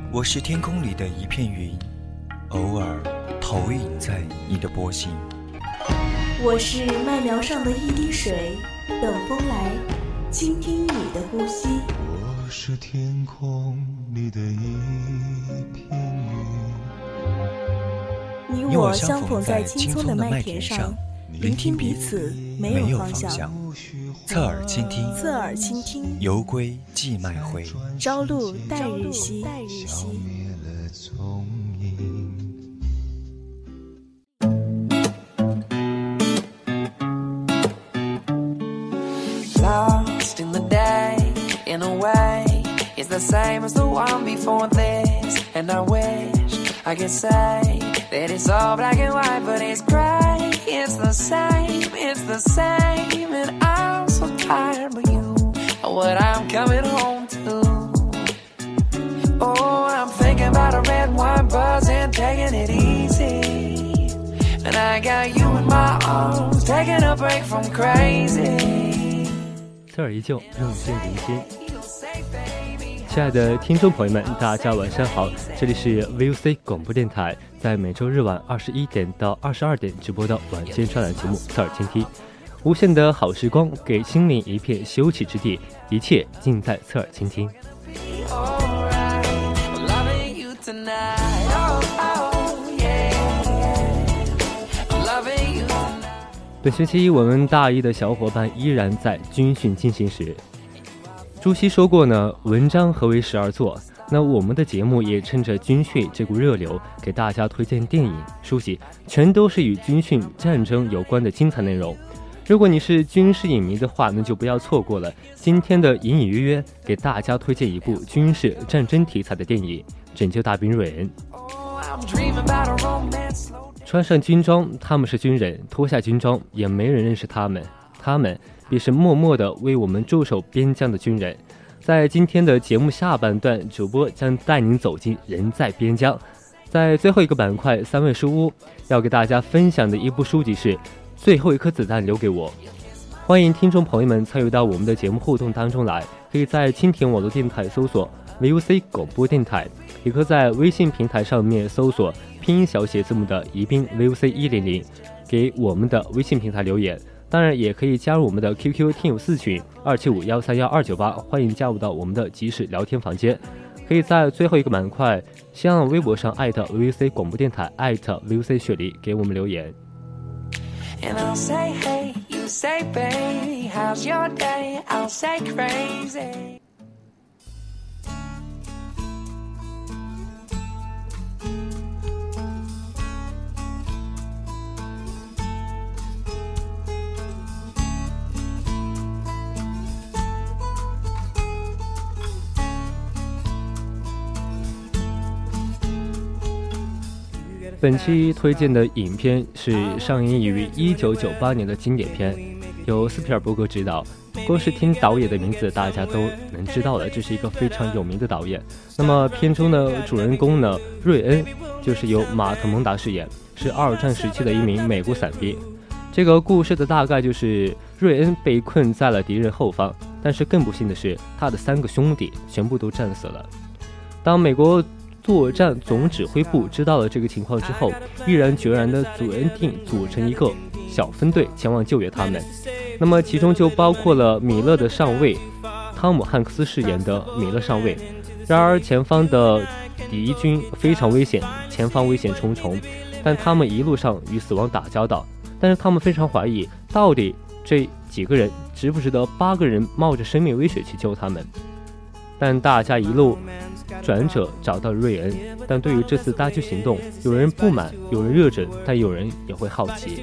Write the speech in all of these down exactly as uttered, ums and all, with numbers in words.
我是天空里的一片云，偶尔投影在你的波心。 我是麦苗上的一滴水，等风来倾听你的呼吸。 我是天空里的一片云，你我相逢在青葱的麦田上，聆听彼此没有方向。 侧耳倾听， 侧耳倾听， 犹归寄麦回， 朝露待日晞， 消灭了踪影。 Lost in the day, in a way, it's the same as the one before this. And I wish I could say that it's all black and white, but it's gray. It's the same, it's the same. And I'm so tired of you, what I'm coming home to. Oh, I'm thinking about a red wine buzzing, taking it easy. And I got you in my arms, taking a break from crazy. 侧耳依旧，用心聆听。亲爱的听众朋友们，大家晚上好，这里是 V U C 广播电台，在每周日晚二十一点到二十二点直播的晚间专栏节目《侧耳倾听》，无限的好时光，给心灵一片休憩之地，一切尽在侧耳倾听。本学期我们大一的小伙伴依然在军训进行时。朱熹说过呢，文章何为时而作，那我们的节目也趁着军训这股热流，给大家推荐电影、书籍，全都是与军训战争有关的精彩内容。如果你是军事影迷的话，那就不要错过了今天的隐隐约约，给大家推荐一部军事战争题材的电影《拯救大兵瑞恩》。穿上军装，他们是军人；脱下军装，也没人认识他们。他们便是默默地为我们驻守边疆的军人。在今天的节目下半段，主播将带您走进人在边疆。在最后一个板块三味书屋，要给大家分享的一部书籍是《最后一颗子弹留给我》。欢迎听众朋友们参与到我们的节目互动当中来，可以在蜻蜓网络电台搜索 V U C 广播电台，也可在微信平台上面搜索拼音小写字母的宜宾 V U C 一零零，给我们的微信平台留言。当然也可以加入我们的 Q Q 听友四群二七五幺三幺二九八，欢迎加入到我们的即时聊天房间。可以在最后一个板块新浪微博上艾特 V U C 广播电台，艾特 V U C 雪梨，给我们留言。 And I'll say hey, you say baby, how's your day? I'll say crazy. 本期推荐的影片是上映于一九九八年的经典片，由斯皮尔伯格执导。光是听导演的名字，大家都能知道了，这是一个非常有名的导演。那么片中的主人公呢，瑞恩就是由马特·蒙达饰演，是二战时期的一名美国伞兵。这个故事的大概就是瑞恩被困在了敌人后方，但是更不幸的是，他的三个兄弟全部都战死了。当美国作战总指挥部知道了这个情况之后，毅然决然地组定组成一个小分队前往救援他们。那么其中就包括了米勒的上尉汤姆汉克斯饰演的米勒上尉。然而前方的敌军非常危险，前方危险重重，但他们一路上与死亡打交道，但是他们非常怀疑到底这几个人值不值得八个人冒着生命危险去救他们。但大家一路转者找到瑞恩，但对于这次搭救行动，有人不满，有人热忱，但有人也会好奇。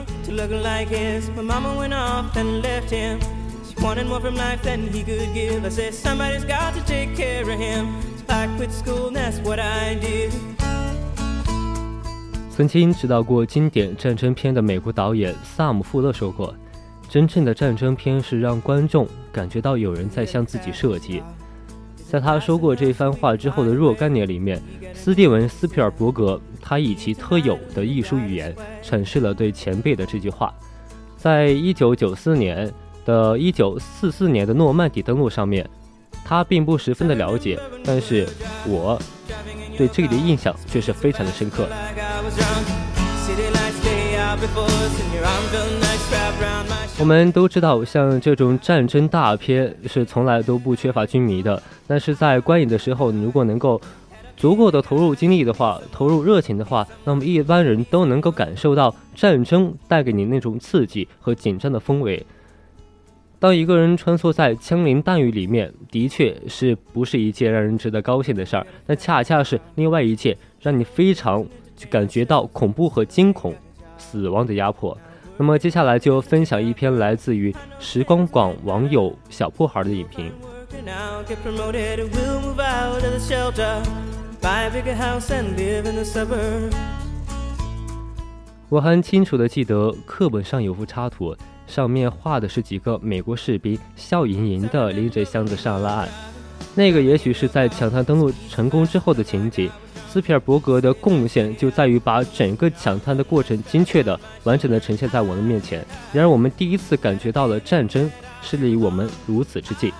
曾经指导过经典战争片的美国导演萨姆·富勒说过，真正的战争片是让观众感觉到有人在向自己射击。在他说过这番话之后的若干年里面，斯蒂文·斯皮尔伯格他以其特有的艺术语言阐释了对前辈的这句话。在一九九四年的一九四四年的诺曼底登陆上面，他并不十分的了解，但是我对这里的印象却是非常的深刻。我们都知道，像这种战争大片是从来都不缺乏军迷的，但是在观影的时候，你如果能够足够的投入精力的话，投入热情的话，那么一般人都能够感受到战争带给你那种刺激和紧张的氛围。当一个人穿梭在枪林弹雨里面，的确是不是一件让人值得高兴的事儿，但恰恰是另外一件让你非常感觉到恐怖和惊恐、死亡的压迫。那么接下来就分享一篇来自于时光广网友小破孩的影评。我还清楚地记得课本上有幅插图，上面画的是几个美国士兵笑盈盈地拎着箱子上了岸。那个也许是在抢滩登陆成功之后的情景。斯皮尔伯格的贡献就在于把整个抢滩的过程精确的、完整的呈现在我们面前。然而我们第一次感觉到了战争是离我们如此之近。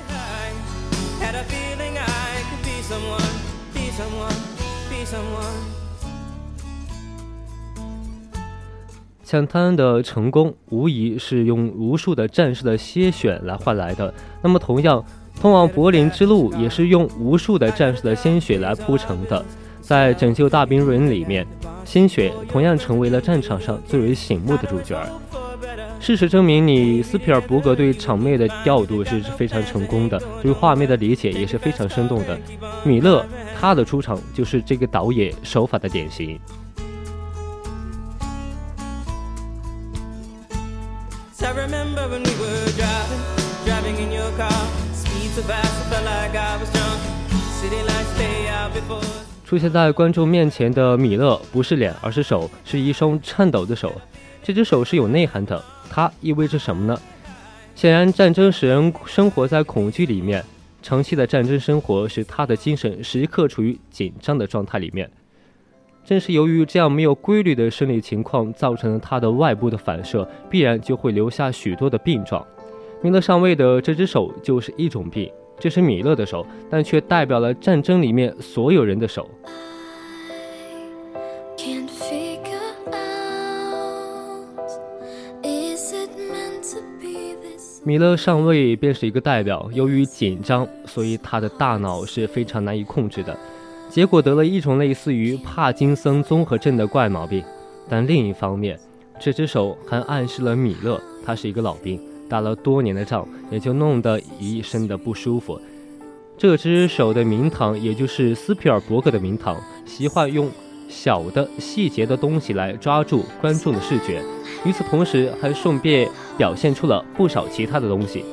抢滩的成功无疑是用无数的战士的鲜血来换来的，那么同样通往柏林之路也是用无数的战士的鲜血来铺成的。在拯救大兵瑞恩里面，鲜血同样成为了战场上最为醒目的主角。事实证明，你斯皮尔伯格对场面的调度是非常成功的，对画面的理解也是非常生动的。米勒他的出场就是这个导演手法的典型。出现在观众面前的米勒不是脸，而是手，是一双颤抖的手。这只手是有内涵的，它意味着什么呢？显然，战争使人生活在恐惧里面，长期的战争生活使他的精神时刻处于紧张的状态里面。正是由于这样没有规律的生理情况，造成了他的外部的反射，必然就会留下许多的病状。米勒上尉的这只手就是一种病。这是米勒的手，但却代表了战争里面所有人的手。米勒上尉便是一个代表，由于紧张，所以他的大脑是非常难以控制的，结果得了一种类似于帕金森综合症的怪毛病。但另一方面，这只手还暗示了米勒他是一个老兵，打了多年的仗，也就弄得一身的不舒服。这只手的名堂，也就是斯皮尔伯格的名堂，习惯用小的细节的东西来抓住观众的视觉，与此同时还顺便表现出了不少其他的东西。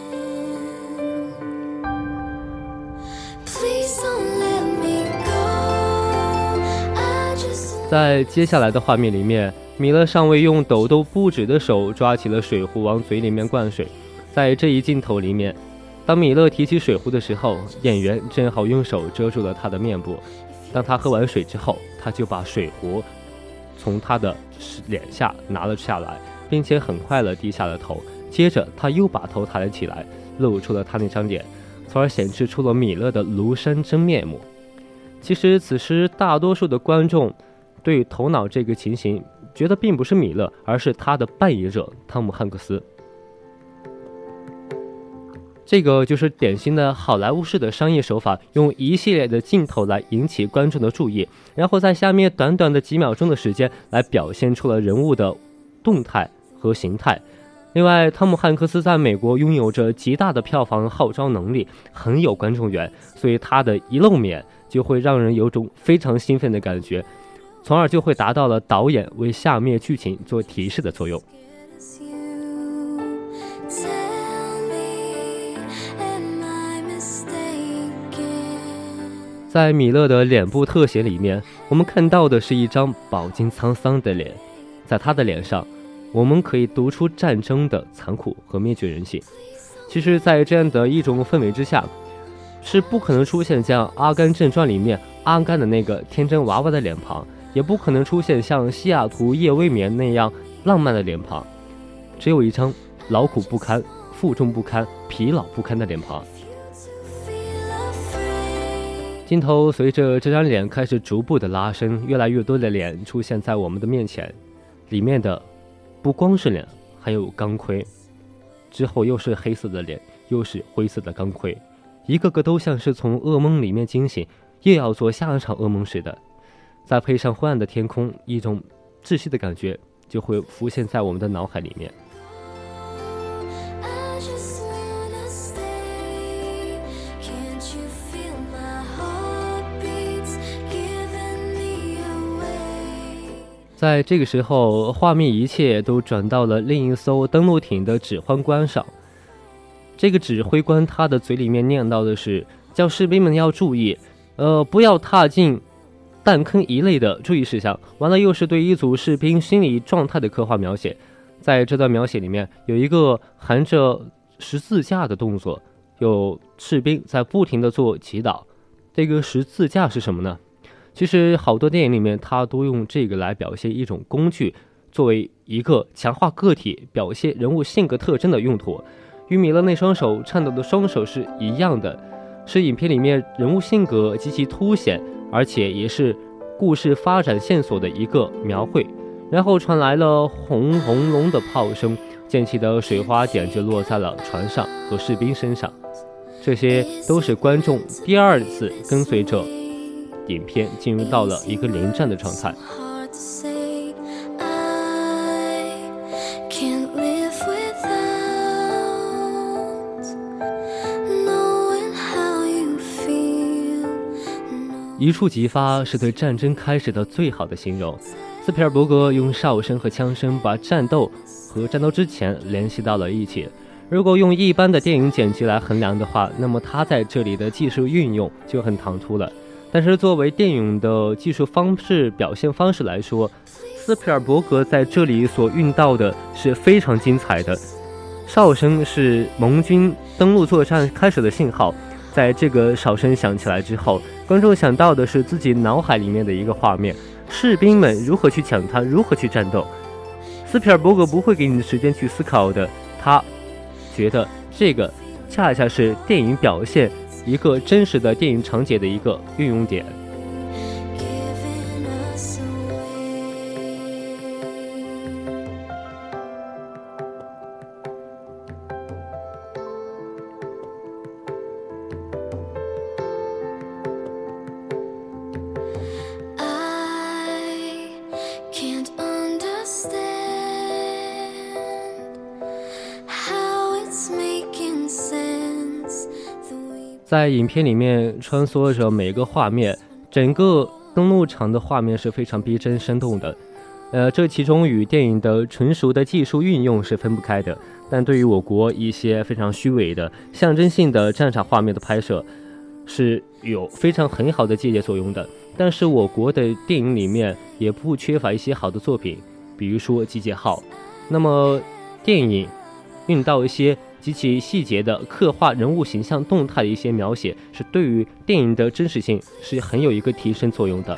在接下来的画面里面，米勒上尉用抖动不止的手抓起了水壶往嘴里面灌水。在这一镜头里面，当米勒提起水壶的时候，演员正好用手遮住了他的面部。当他喝完水之后，他就把水壶从他的脸下拿了下来，并且很快地低下了头。接着他又把头抬了起来，露出了他那张脸，从而显示出了米勒的庐山真面目。其实此时大多数的观众对头脑这个情形觉得并不是米勒，而是他的扮演者汤姆汉克斯。这个就是典型的好莱坞式的商业手法，用一系列的镜头来引起观众的注意，然后在下面短短的几秒钟的时间来表现出了人物的动态和形态。另外，汤姆汉克斯在美国拥有着极大的票房号召能力，很有观众缘，所以他的一露面就会让人有种非常兴奋的感觉，从而就会达到了导演为下面剧情做提示的作用。在米勒的脸部特写里面，我们看到的是一张饱经沧桑的脸，在他的脸上我们可以读出战争的残酷和灭绝人性。其实在这样的一种氛围之下，是不可能出现像《阿甘正传》里面阿甘的那个天真娃娃的脸庞，也不可能出现像西雅图夜未眠那样浪漫的脸庞，只有一张劳苦不堪、负重不堪、疲劳不堪的脸庞。 镜头随着这张脸开始逐步的拉伸，越来越多的脸出现在我们的面前，里面的不光是脸，还有钢盔，之后又是黑色的脸，又是灰色的钢盔，一个个都像是从噩梦里面惊醒，又要做下一场噩梦似的。再配上昏暗的天空，一种窒息的感觉就会浮现在我们的脑海里面。在这个时候，画面一切都转到了另一艘登陆艇的指挥官上。这个指挥官他的嘴里面念叨的是叫士兵们要注意，呃，不要踏进弹坑一类的注意事项。完了又是对一组士兵心理状态的刻画描写。在这段描写里面有一个含着十字架的动作，有士兵在不停的做祈祷。这个十字架是什么呢？其实好多电影里面它都用这个来表现一种工具，作为一个强化个体表现人物性格特征的用途，与米勒那双手颤抖的双手是一样的，是影片里面人物性格极其凸显，而且也是故事发展线索的一个描绘。然后传来了轰隆隆的炮声，溅起的水花点就落在了船上和士兵身上，这些都是观众第二次跟随着影片进入到了一个连战的状态。一触即发是对战争开始的最好的形容。斯皮尔伯格用哨声和枪声把战斗和战斗之前联系到了一起。如果用一般的电影剪辑来衡量的话，那么他在这里的技术运用就很唐突了。但是作为电影的技术方式表现方式来说，斯皮尔伯格在这里所运到的是非常精彩的。哨声是盟军登陆作战开始的信号，在这个哨声响起来之后，观众想到的是自己脑海里面的一个画面，士兵们如何去抢滩，如何去战斗。斯皮尔伯格不会给你时间去思考的，他觉得这个恰恰是电影表现一个真实的电影场景的一个运用点。在影片里面穿梭着每个画面，整个登陆场的画面是非常逼真生动的，呃，这其中与电影的纯熟的技术运用是分不开的。但对于我国一些非常虚伪的象征性的战场画面的拍摄是有非常很好的借鉴作用的。但是我国的电影里面也不缺乏一些好的作品，比如说《集结号》。那么电影运到一些极其细节的刻画人物形象动态的一些描写，是对于电影的真实性是很有一个提升作用的。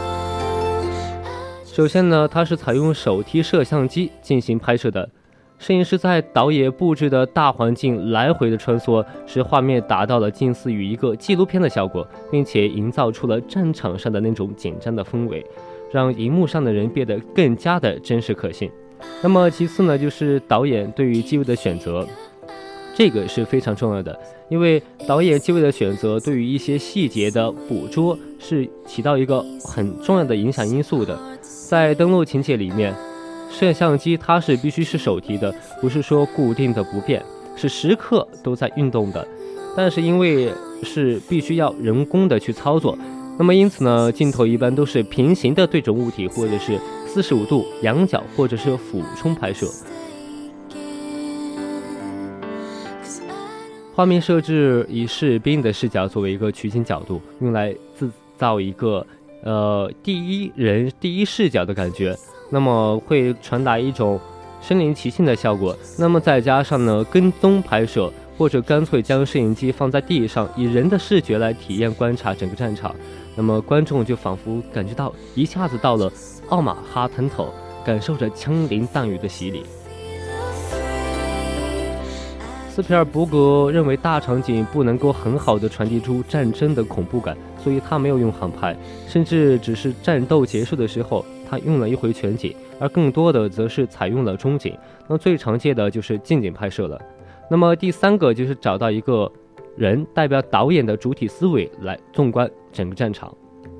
首先呢，它是采用手提摄像机进行拍摄的，摄影师在导演布置的大环境来回的穿梭，使画面达到了近似于一个纪录片的效果，并且营造出了战场上的那种紧张的氛围，让荧幕上的人变得更加的真实可信。那么其次呢，就是导演对于机位的选择，这个是非常重要的，因为导演机位的选择对于一些细节的捕捉是起到一个很重要的影响因素的。在登陆情节里面，摄像机它是必须是手提的，不是说固定的不变，是时刻都在运动的，但是因为是必须要人工的去操作，那么因此呢，镜头一般都是平行的对准物体，或者是四十五度仰角，或者是俯冲拍摄。画面设置以士兵的视角作为一个取景角度，用来制造一个呃第一人第一视角的感觉，那么会传达一种身临其境的效果。那么再加上呢跟踪拍摄，或者干脆将摄影机放在地上，以人的视觉来体验观察整个战场，那么观众就仿佛感觉到一下子到了奥马哈滩头，感受着枪林弹雨的洗礼。 斯皮尔伯格认为大场景不能够很好的传递出战争的恐怖感，所以他没有用航拍，甚至只是战斗结束的时候他用了一回全景，而更多的则是采用了中景。那最常见的就是近景拍摄了。那么第三个就是找到一个人代表导演的主体思维来纵观整个战场。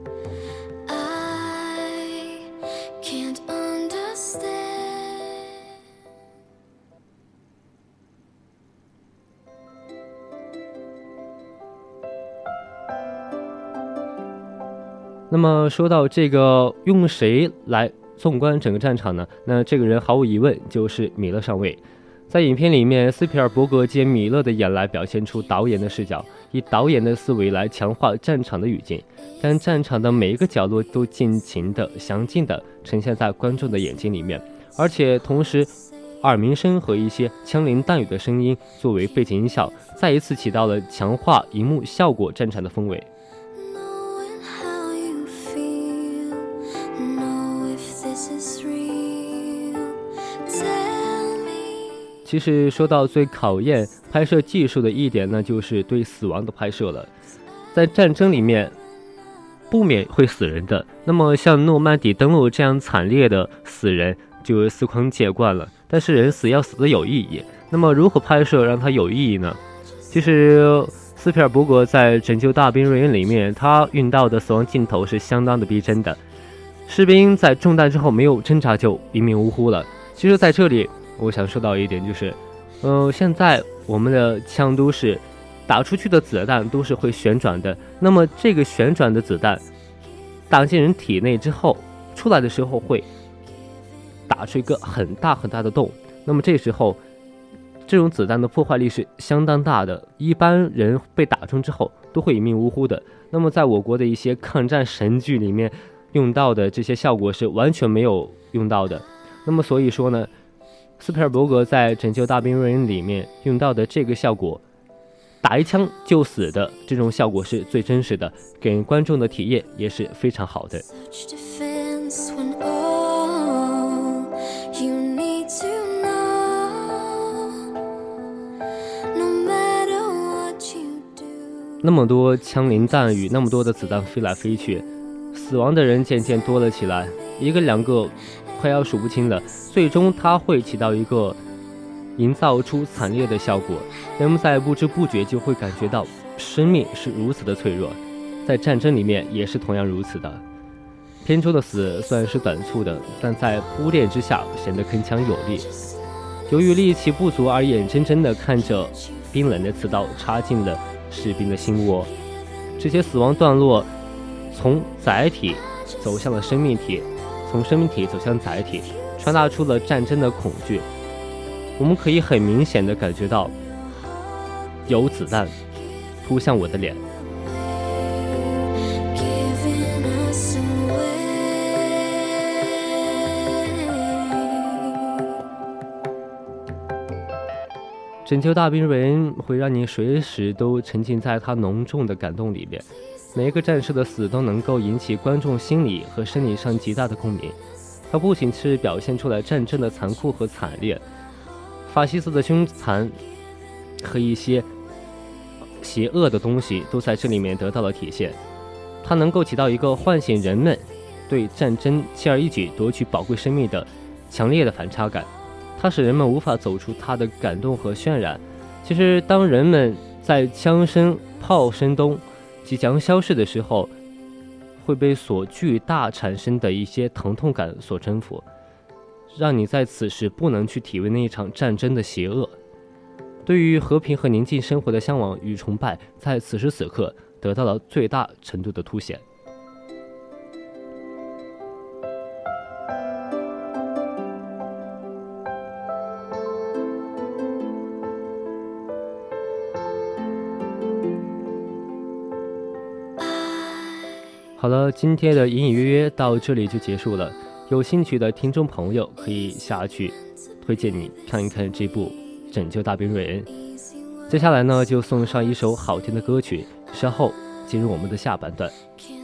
那么说到这个用谁来纵观整个战场呢？那这个人毫无疑问就是米勒上尉。在影片里面，斯皮尔伯格借米勒的眼来表现出导演的视角，以导演的思维来强化战场的语境，将战场的每一个角落都尽情的详尽的呈现在观众的眼睛里面，而且同时耳鸣声和一些枪林弹雨的声音作为背景音效，再一次起到了强化荧幕效果战场的氛围。其实说到最考验拍摄技术的一点呢，就是对死亡的拍摄了。在战争里面不免会死人的，那么像诺曼底登陆这样惨烈的死人就司空见惯了，但是人死要死的有意义，那么如何拍摄让它有意义呢？其实斯皮尔伯格在拯救大兵瑞恩里面，他运到的死亡镜头是相当的逼真的，士兵在中弹之后没有挣扎就一命呜呼了。其实在这里我想说到一点，就是呃，现在我们的枪都是打出去的子弹都是会旋转的，那么这个旋转的子弹打进人体内之后，出来的时候会打出一个很大很大的洞，那么这时候这种子弹的破坏力是相当大的，一般人被打中之后都会一命呜呼的。那么在我国的一些抗战神剧里面用到的这些效果是完全没有用到的。那么所以说呢，斯皮尔伯格在拯救大兵瑞恩里面用到的这个效果，打一枪就死的这种效果是最真实的，给观众的体验也是非常好的。那么多枪林弹雨，那么多的子弹飞来飞去，死亡的人渐渐多了起来，一个两个快要数不清了，最终它会起到一个营造出惨烈的效果，人们在不知不觉就会感觉到生命是如此的脆弱，在战争里面也是同样如此的。片中的死虽然是短促的，但在铺垫之下显得铿锵有力，由于力气不足而眼睁睁地看着冰冷的刺刀插进了士兵的心窝，这些死亡段落从载体走向了生命体，从生命体走向载体，传达出了战争的恐惧。我们可以很明显地感觉到有子弹扑向我的脸。拯救大兵瑞恩会让你随时都沉浸在他浓重的感动里面，每一个战士的死都能够引起观众心理和生理上极大的共鸣。它不仅是表现出来战争的残酷和惨烈，法西斯的凶残和一些邪恶的东西都在这里面得到了体现。它能够起到一个唤醒人们对战争轻而易举夺取宝贵生命的强烈的反差感，它使人们无法走出它的感动和渲染。其实当人们在枪声炮声中即将消逝的时候，会被所巨大产生的一些疼痛感所征服，让你在此时不能去体会那一场战争的邪恶。对于和平和宁静生活的向往与崇拜，在此时此刻得到了最大程度的凸显。好了，今天的隐隐约约到这里就结束了。有兴趣的听众朋友可以下去推荐你看一看这部《拯救大兵瑞恩》。接下来呢，就送上一首好听的歌曲，稍后进入我们的下半段。